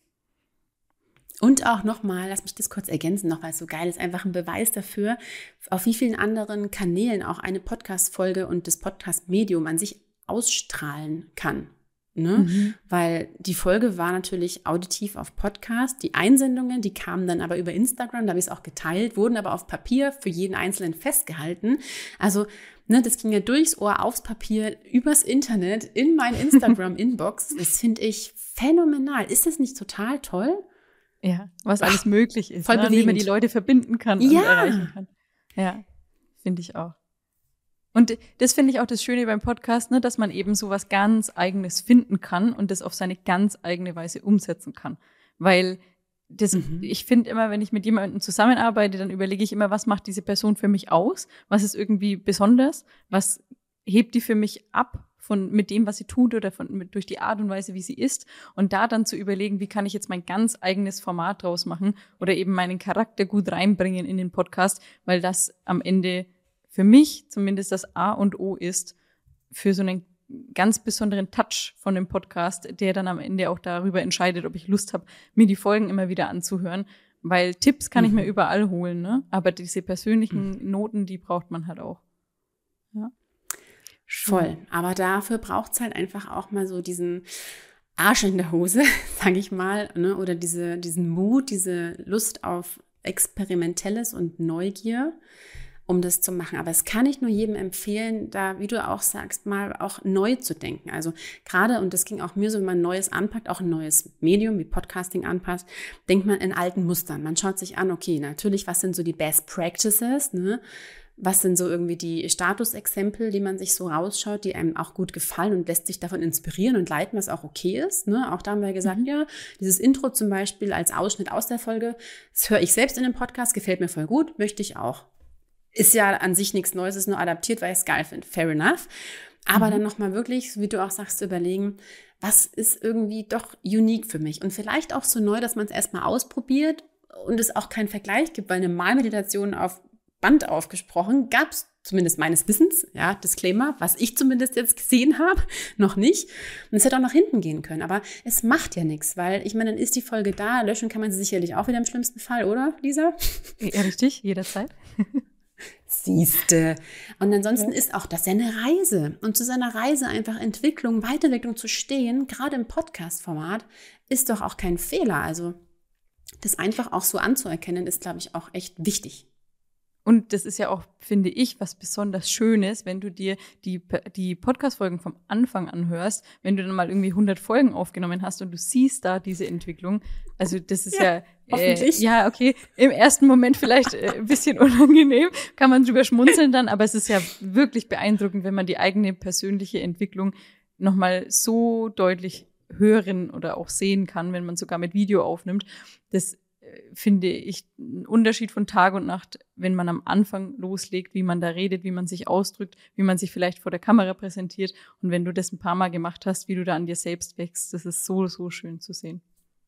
Und auch nochmal, lass mich das kurz ergänzen, noch weil es so geil ist, einfach ein Beweis dafür, auf wie vielen anderen Kanälen auch eine Podcast-Folge und das Podcast-Medium an sich ausstrahlen kann. Ne? Weil die Folge war natürlich auditiv auf Podcast. Die Einsendungen, die kamen dann aber über Instagram, da habe ich es auch geteilt, wurden aber auf Papier für jeden Einzelnen festgehalten. Also ne, das ging ja durchs Ohr, aufs Papier, übers Internet, in meine Instagram-Inbox. Das finde ich phänomenal. Ist das nicht total toll? Ja, was alles möglich ist, voll ne? Wie man die Leute verbinden kann und erreichen kann. Ja, finde ich auch. Und das finde ich auch das Schöne beim Podcast, ne, dass man eben so was ganz Eigenes finden kann und das auf seine ganz eigene Weise umsetzen kann. Weil das, ich finde immer, wenn ich mit jemandem zusammenarbeite, dann überlege ich immer, was macht diese Person für mich aus? Was ist irgendwie besonders? Was hebt die für mich ab mit dem, was sie tut oder durch die Art und Weise, wie sie ist? Und da dann zu überlegen, wie kann ich jetzt mein ganz eigenes Format draus machen oder eben meinen Charakter gut reinbringen in den Podcast, weil das am Ende für mich zumindest das A und O ist für so einen ganz besonderen Touch von dem Podcast, der dann am Ende auch darüber entscheidet, ob ich Lust habe, mir die Folgen immer wieder anzuhören. Weil Tipps kann ich mir überall holen, ne? Aber diese persönlichen Noten, die braucht man halt auch. Ja. Voll. Aber dafür braucht es halt einfach auch mal so diesen Arsch in der Hose, sage ich mal, ne? Oder diesen Mut, diese Lust auf Experimentelles und Neugier, um das zu machen. Aber es kann ich nur jedem empfehlen, da, wie du auch sagst, mal auch neu zu denken. Also gerade, und das ging auch mir so, wenn man Neues anpackt, auch ein neues Medium wie Podcasting anpasst, denkt man in alten Mustern. Man schaut sich an, okay, natürlich, was sind so die Best Practices, ne? Was sind so irgendwie die Statusexempel, die man sich so rausschaut, die einem auch gut gefallen und lässt sich davon inspirieren und leiten, was auch okay ist. Ne? Auch da haben wir gesagt, ja, dieses Intro zum Beispiel als Ausschnitt aus der Folge, das höre ich selbst in dem Podcast, gefällt mir voll gut, möchte ich auch. Ist ja an sich nichts Neues, ist nur adaptiert, weil ich es geil finde. Fair enough. Aber dann nochmal wirklich, so wie du auch sagst, zu überlegen, was ist irgendwie doch unique für mich? Und vielleicht auch so neu, dass man es erstmal ausprobiert und es auch keinen Vergleich gibt, weil eine Malmeditation auf Band aufgesprochen gab es zumindest meines Wissens, ja, Disclaimer, was ich zumindest jetzt gesehen habe, noch nicht. Und es hätte auch nach hinten gehen können. Aber es macht ja nichts, weil ich meine, dann ist die Folge da, löschen kann man sie sicherlich auch wieder im schlimmsten Fall, oder, Lisa? Ja, richtig, jederzeit. Siehste. Und ansonsten ist auch das ja eine Reise. Und zu seiner Reise einfach Entwicklung, Weiterentwicklung zu stehen, gerade im Podcast-Format, ist doch auch kein Fehler. Also das einfach auch so anzuerkennen, ist, glaube ich, auch echt wichtig. Und das ist ja auch, finde ich, was besonders Schönes, wenn du dir die Podcast-Folgen vom Anfang anhörst, wenn du dann mal irgendwie 100 Folgen aufgenommen hast und du siehst da diese Entwicklung. Also das ist hoffentlich. Ja, okay, im ersten Moment vielleicht ein bisschen unangenehm, kann man drüber schmunzeln dann, aber es ist ja wirklich beeindruckend, wenn man die eigene persönliche Entwicklung nochmal so deutlich hören oder auch sehen kann, wenn man sogar mit Video aufnimmt. Das finde ich einen Unterschied von Tag und Nacht, wenn man am Anfang loslegt, wie man da redet, wie man sich ausdrückt, wie man sich vielleicht vor der Kamera präsentiert. Und wenn du das ein paar Mal gemacht hast, wie du da an dir selbst wächst, das ist so, so schön zu sehen.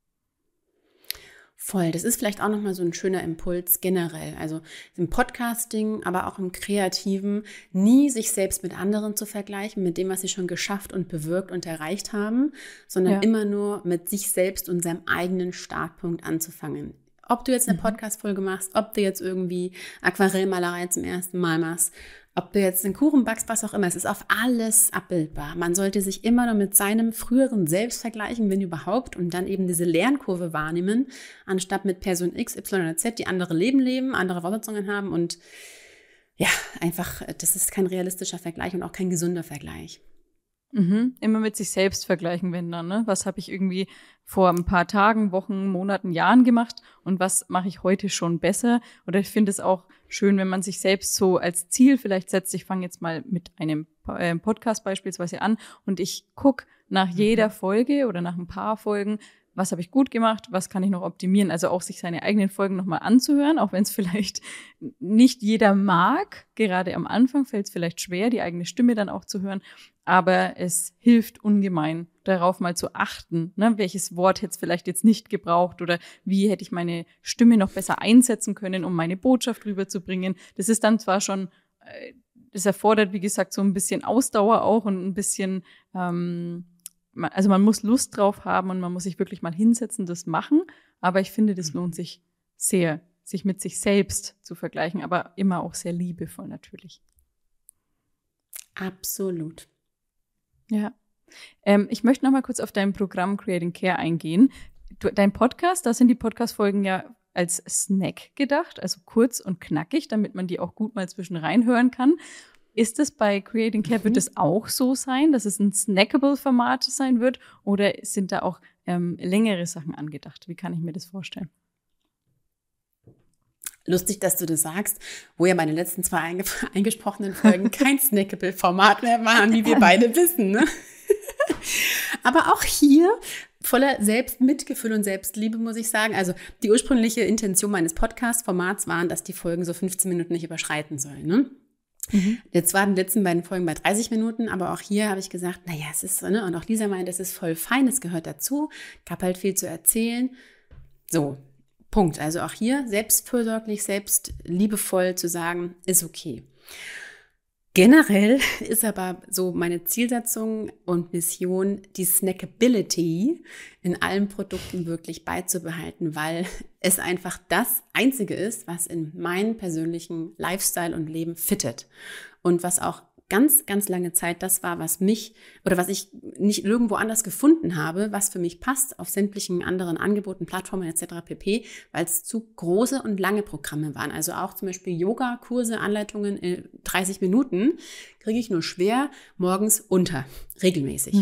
Voll, das ist vielleicht auch nochmal so ein schöner Impuls generell. Also im Podcasting, aber auch im Kreativen, nie sich selbst mit anderen zu vergleichen, mit dem, was sie schon geschafft und bewirkt und erreicht haben, sondern immer nur mit sich selbst und seinem eigenen Startpunkt anzufangen. Ob du jetzt eine Podcast-Folge machst, ob du jetzt irgendwie Aquarellmalerei zum ersten Mal machst, ob du jetzt einen Kuchen backst, was auch immer, es ist auf alles abbildbar. Man sollte sich immer nur mit seinem früheren Selbst vergleichen, wenn überhaupt, und dann eben diese Lernkurve wahrnehmen, anstatt mit Person X, Y oder Z, die andere leben, andere Voraussetzungen haben und ja, einfach, das ist kein realistischer Vergleich und auch kein gesunder Vergleich. Immer mit sich selbst vergleichen, wenn dann, ne? Was habe ich irgendwie vor ein paar Tagen, Wochen, Monaten, Jahren gemacht und was mache ich heute schon besser? Oder ich finde es auch schön, wenn man sich selbst so als Ziel vielleicht setzt, ich fange jetzt mal mit einem Podcast beispielsweise an und ich gucke nach jeder Folge oder nach ein paar Folgen, was habe ich gut gemacht, was kann ich noch optimieren, also auch sich seine eigenen Folgen nochmal anzuhören, auch wenn es vielleicht nicht jeder mag, gerade am Anfang fällt es vielleicht schwer, die eigene Stimme dann auch zu hören, aber es hilft ungemein, darauf mal zu achten, ne, welches Wort hätte es vielleicht jetzt nicht gebraucht oder wie hätte ich meine Stimme noch besser einsetzen können, um meine Botschaft rüberzubringen. Das ist dann zwar schon, das erfordert, wie gesagt, so ein bisschen Ausdauer auch und ein bisschen also man muss Lust drauf haben und man muss sich wirklich mal hinsetzen, das machen. Aber ich finde, das lohnt sich sehr, sich mit sich selbst zu vergleichen, aber immer auch sehr liebevoll natürlich. Absolut. Ja. Ich möchte noch mal kurz auf dein Programm Creating Care eingehen. Dein Podcast, da sind die Podcast-Folgen ja als Snack gedacht, also kurz und knackig, damit man die auch gut mal zwischen reinhören kann. Ist es bei Creating Care, wird es auch so sein, dass es ein Snackable-Format sein wird oder sind da auch längere Sachen angedacht? Wie kann ich mir das vorstellen? Lustig, dass du das sagst, wo ja meine letzten 2 eingesprochenen Folgen kein Snackable-Format mehr waren, wie wir beide wissen. Ne? Aber auch hier voller Selbstmitgefühl und Selbstliebe, muss ich sagen. Also die ursprüngliche Intention meines Podcast-Formats waren, dass die Folgen so 15 Minuten nicht überschreiten sollen, ne? Jetzt waren die letzten beiden Folgen bei 30 Minuten, aber auch hier habe ich gesagt, naja, es ist so, ne? Und auch Lisa meint, es ist voll fein, es gehört dazu, gab halt viel zu erzählen. So, Punkt. Also auch hier selbstfürsorglich, selbstliebevoll zu sagen, ist okay. Generell ist aber so meine Zielsetzung und Mission, die Snackability in allen Produkten wirklich beizubehalten, weil es einfach das Einzige ist, was in meinen persönlichen Lifestyle und Leben fittet und was auch ganz, ganz lange Zeit das war, was mich oder was ich nicht irgendwo anders gefunden habe, was für mich passt auf sämtlichen anderen Angeboten, Plattformen etc. pp., weil es zu große und lange Programme waren. Also auch zum Beispiel Yoga-Kurse, Anleitungen in 30 Minuten kriege ich nur schwer morgens unter, regelmäßig.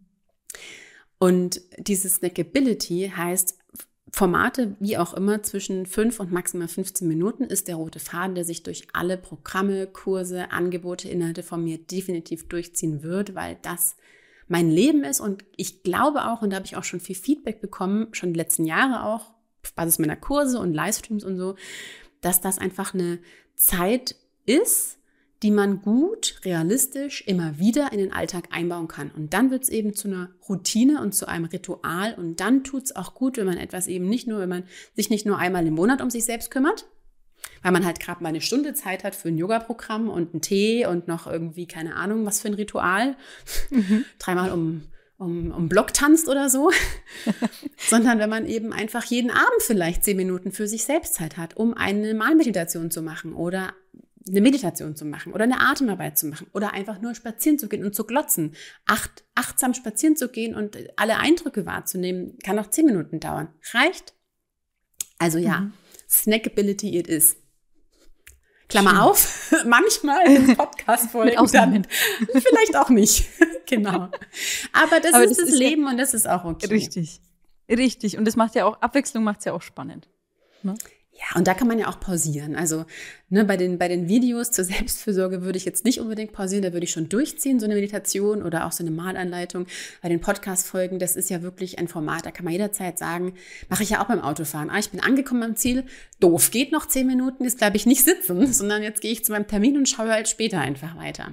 Und diese Snackability heißt, Formate, wie auch immer, zwischen 5 und maximal 15 Minuten ist der rote Faden, der sich durch alle Programme, Kurse, Angebote, Inhalte von mir definitiv durchziehen wird, weil das mein Leben ist und ich glaube auch, und da habe ich auch schon viel Feedback bekommen, schon die letzten Jahre auch, auf Basis meiner Kurse und Livestreams und so, dass das einfach eine Zeit ist, die man gut, realistisch immer wieder in den Alltag einbauen kann. Und dann wird es eben zu einer Routine und zu einem Ritual. Und dann tut es auch gut, wenn man etwas eben wenn man sich nicht nur einmal im Monat um sich selbst kümmert, weil man halt gerade mal eine Stunde Zeit hat für ein Yoga-Programm und einen Tee und noch irgendwie, keine Ahnung, was für ein Ritual, 3-mal um Block tanzt oder so, sondern wenn man eben einfach jeden Abend vielleicht 10 Minuten für sich selbst Zeit hat, um eine Malmeditation zu machen oder eine Meditation zu machen oder eine Atemarbeit zu machen oder einfach nur spazieren zu gehen und zu glotzen. Achtsam spazieren zu gehen und alle Eindrücke wahrzunehmen, kann auch 10 Minuten dauern. Reicht? Also ja, Snackability it is. Klammer auf, manchmal in Podcast-Folgen dann vielleicht auch nicht. Genau. Aber das ist das Leben und das ist auch okay. Richtig. Und das macht ja auch, Abwechslung macht es ja auch spannend. Ne? Ja, und da kann man ja auch pausieren. Also bei den Videos zur Selbstfürsorge würde ich jetzt nicht unbedingt pausieren, da würde ich schon durchziehen, so eine Meditation oder auch so eine Malanleitung. Bei den Podcast-Folgen, das ist ja wirklich ein Format, da kann man jederzeit sagen, mache ich ja auch beim Autofahren. Ich bin angekommen am Ziel, doof, geht noch 10 Minuten, jetzt bleibe ich nicht sitzen, sondern jetzt gehe ich zu meinem Termin und schaue halt später einfach weiter.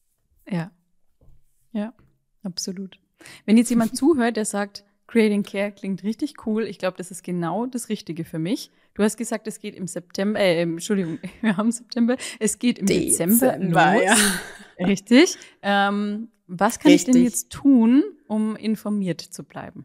Ja, absolut. Wenn jetzt jemand zuhört, der sagt, Creating Care klingt richtig cool. Ich glaube, das ist genau das Richtige für mich. Du hast gesagt, es geht im September, wir haben September, es geht im Dezember los. Ja. Richtig. Was kann ich denn jetzt tun, um informiert zu bleiben?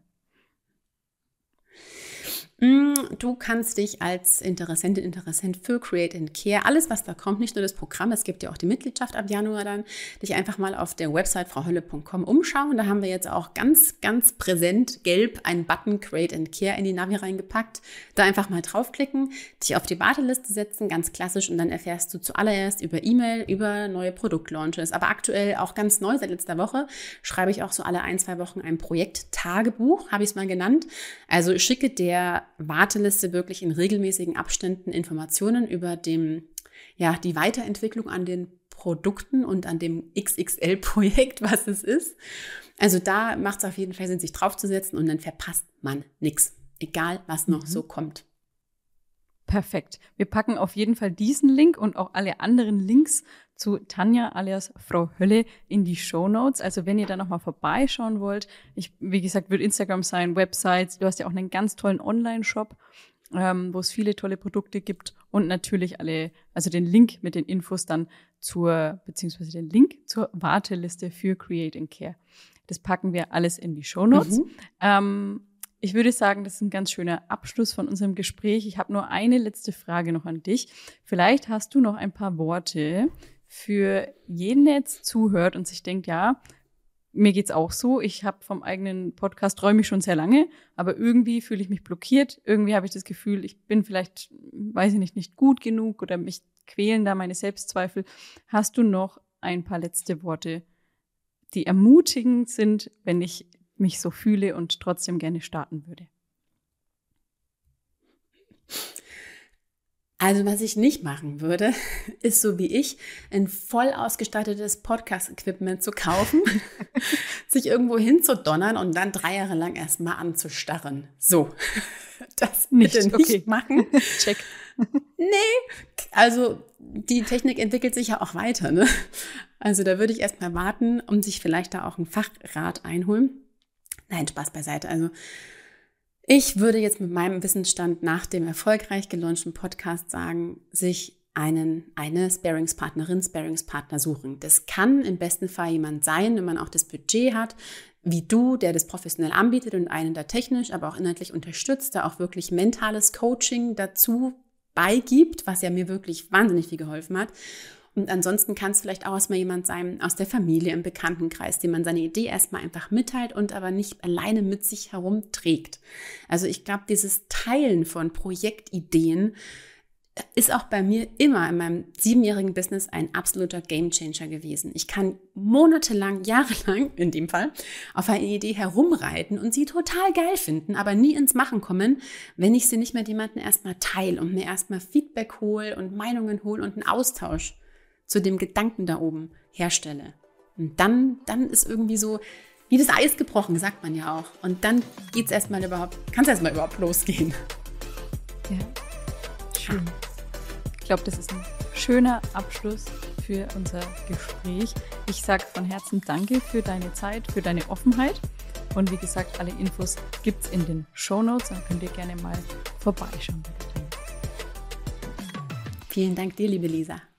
Du kannst dich als Interessent für Create and Care, alles was da kommt, nicht nur das Programm, es gibt ja auch die Mitgliedschaft ab Januar dann, dich einfach mal auf der Website frauholle.com umschauen. Da haben wir jetzt auch ganz, ganz präsent gelb einen Button Create and Care in die Navi reingepackt. Da einfach mal draufklicken, dich auf die Warteliste setzen, ganz klassisch, und dann erfährst du zuallererst über E-Mail, über neue Produktlaunches. Aber aktuell auch ganz neu, seit letzter Woche, schreibe ich auch so alle 1-2 Wochen ein Projekt-Tagebuch, habe ich es mal genannt. Also ich schicke der Warteliste wirklich in regelmäßigen Abständen Informationen über die Weiterentwicklung an den Produkten und an dem XXL-Projekt, was es ist. Also da macht es auf jeden Fall Sinn, sich draufzusetzen und dann verpasst man nichts, egal was noch so kommt. Perfekt. Wir packen auf jeden Fall diesen Link und auch alle anderen Links zu Tanja alias Frau Hölle in die Shownotes. Also wenn ihr da nochmal vorbeischauen wollt, wie gesagt, wird Instagram sein, Websites. Du hast ja auch einen ganz tollen Online-Shop, wo es viele tolle Produkte gibt und natürlich den Link mit den Infos dann beziehungsweise den Link zur Warteliste für Create & Care. Das packen wir alles in die Shownotes. Ich würde sagen, das ist ein ganz schöner Abschluss von unserem Gespräch. Ich habe nur eine letzte Frage noch an dich. Vielleicht hast du noch ein paar Worte für jeden, der jetzt zuhört und sich denkt, ja, mir geht's auch so. Ich habe vom eigenen Podcast, träume ich schon sehr lange, aber irgendwie fühle ich mich blockiert. Irgendwie habe ich das Gefühl, ich bin vielleicht, weiß ich nicht gut genug oder mich quälen da meine Selbstzweifel. Hast du noch ein paar letzte Worte, die ermutigend sind, wenn ich mich so fühle und trotzdem gerne starten würde? Also was ich nicht machen würde, ist so wie ich, ein voll ausgestattetes Podcast-Equipment zu kaufen, sich irgendwo hinzudonnern und dann 3 Jahre lang erstmal anzustarren. So, das bitte nicht machen. Check. Nee, also die Technik entwickelt sich ja auch weiter, ne? Also da würde ich erstmal warten und sich vielleicht da auch einen Fachrat einholen. Nein, Spaß beiseite. Also ich würde jetzt mit meinem Wissensstand nach dem erfolgreich gelaunchten Podcast sagen, sich eine Sparringspartnerin, Sparringspartner suchen. Das kann im besten Fall jemand sein, wenn man auch das Budget hat, wie du, der das professionell anbietet und einen da technisch, aber auch inhaltlich unterstützt, da auch wirklich mentales Coaching dazu beigibt, was ja mir wirklich wahnsinnig viel geholfen hat. Und ansonsten kann es vielleicht auch erstmal jemand sein aus der Familie, im Bekanntenkreis, dem man seine Idee erstmal einfach mitteilt und aber nicht alleine mit sich herumträgt. Also ich glaube, dieses Teilen von Projektideen ist auch bei mir immer in meinem 7-jährigen Business ein absoluter Gamechanger gewesen. Ich kann monatelang, jahrelang in dem Fall, auf eine Idee herumreiten und sie total geil finden, aber nie ins Machen kommen, wenn ich sie nicht mit jemandem erstmal teile und mir erstmal Feedback hole und Meinungen hole und einen Austausch zu dem Gedanken da oben herstelle. Und dann ist irgendwie so wie das Eis gebrochen, sagt man ja auch. Und dann kann es erstmal überhaupt losgehen. Ja, schön. Ich glaube, das ist ein schöner Abschluss für unser Gespräch. Ich sage von Herzen Danke für deine Zeit, für deine Offenheit. Und wie gesagt, alle Infos gibt es in den Shownotes. Dann könnt ihr gerne mal vorbeischauen. Vielen Dank dir, liebe Lisa.